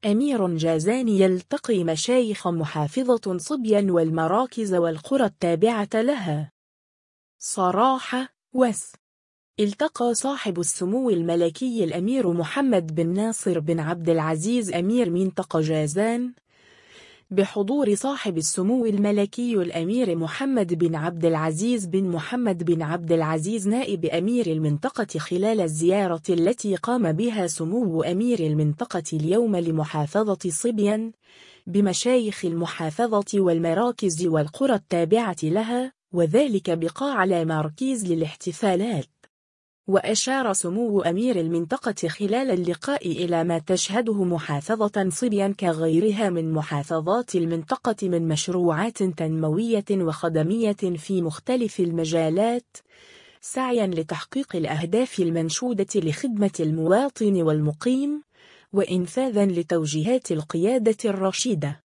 أمير جازان يلتقي مشايخ محافظة صبيا والمراكز والقرى التابعة لها. صراحة التقى صاحب السمو الملكي الأمير محمد بن ناصر بن عبد العزيز أمير منطقة جازان بحضور صاحب السمو الملكي الأمير محمد بن عبد العزيز بن محمد بن عبد العزيز نائب أمير المنطقة خلال الزيارة التي قام بها سمو أمير المنطقة اليوم لمحافظة صبيا بمشايخ المحافظة والمراكز والقرى التابعة لها، وذلك بقاعة لا ماركيز للاحتفالات. وأشار سمو أمير المنطقة خلال اللقاء إلى ما تشهده محافظة صبيا كغيرها من محافظات المنطقة من مشروعات تنموية وخدمية في مختلف المجالات، سعيا لتحقيق الأهداف المنشودة لخدمة المواطن والمقيم وإنفاذا لتوجيهات القيادة الرشيدة.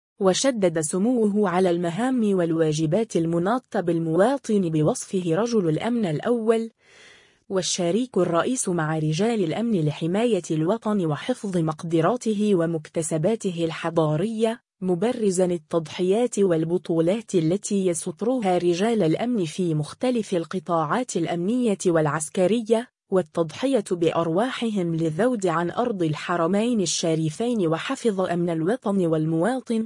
وشدد سموه على المهام والواجبات المناطة بالمواطن بوصفه رجل الأمن الأول والشريك الرئيس مع رجال الأمن لحماية الوطن وحفظ مقدراته ومكتسباته الحضارية، مبرزا التضحيات والبطولات التي يسطرها رجال الأمن في مختلف القطاعات الأمنية والعسكرية، والتضحية بأرواحهم للذود عن أرض الحرمين الشريفين وحفظ أمن الوطن والمواطن،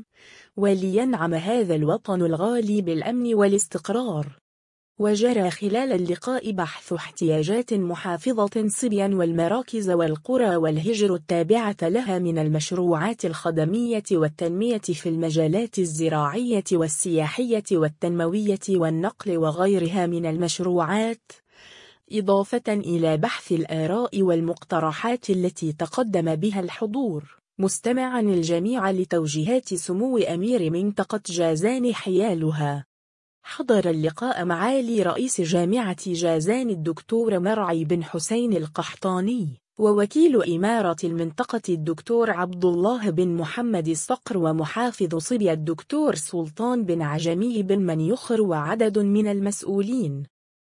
ولينعم هذا الوطن الغالي بالأمن والاستقرار. وجرى خلال اللقاء بحث احتياجات محافظة صبيا والمراكز والقرى والهجر التابعة لها من المشروعات الخدمية والتنمية في المجالات الزراعية والسياحية والتنموية والنقل وغيرها من المشروعات، إضافة إلى بحث الآراء والمقترحات التي تقدم بها الحضور، مستمعا الجميع لتوجيهات سمو أمير منطقة جازان حيالها. حضر اللقاء معالي رئيس جامعة جازان الدكتور مرعي بن حسين القحطاني، ووكيل إمارة المنطقة الدكتور عبد الله بن محمد الصقر، ومحافظ صبيا الدكتور سلطان بن عجمي بن منيخر، وعدد من المسؤولين.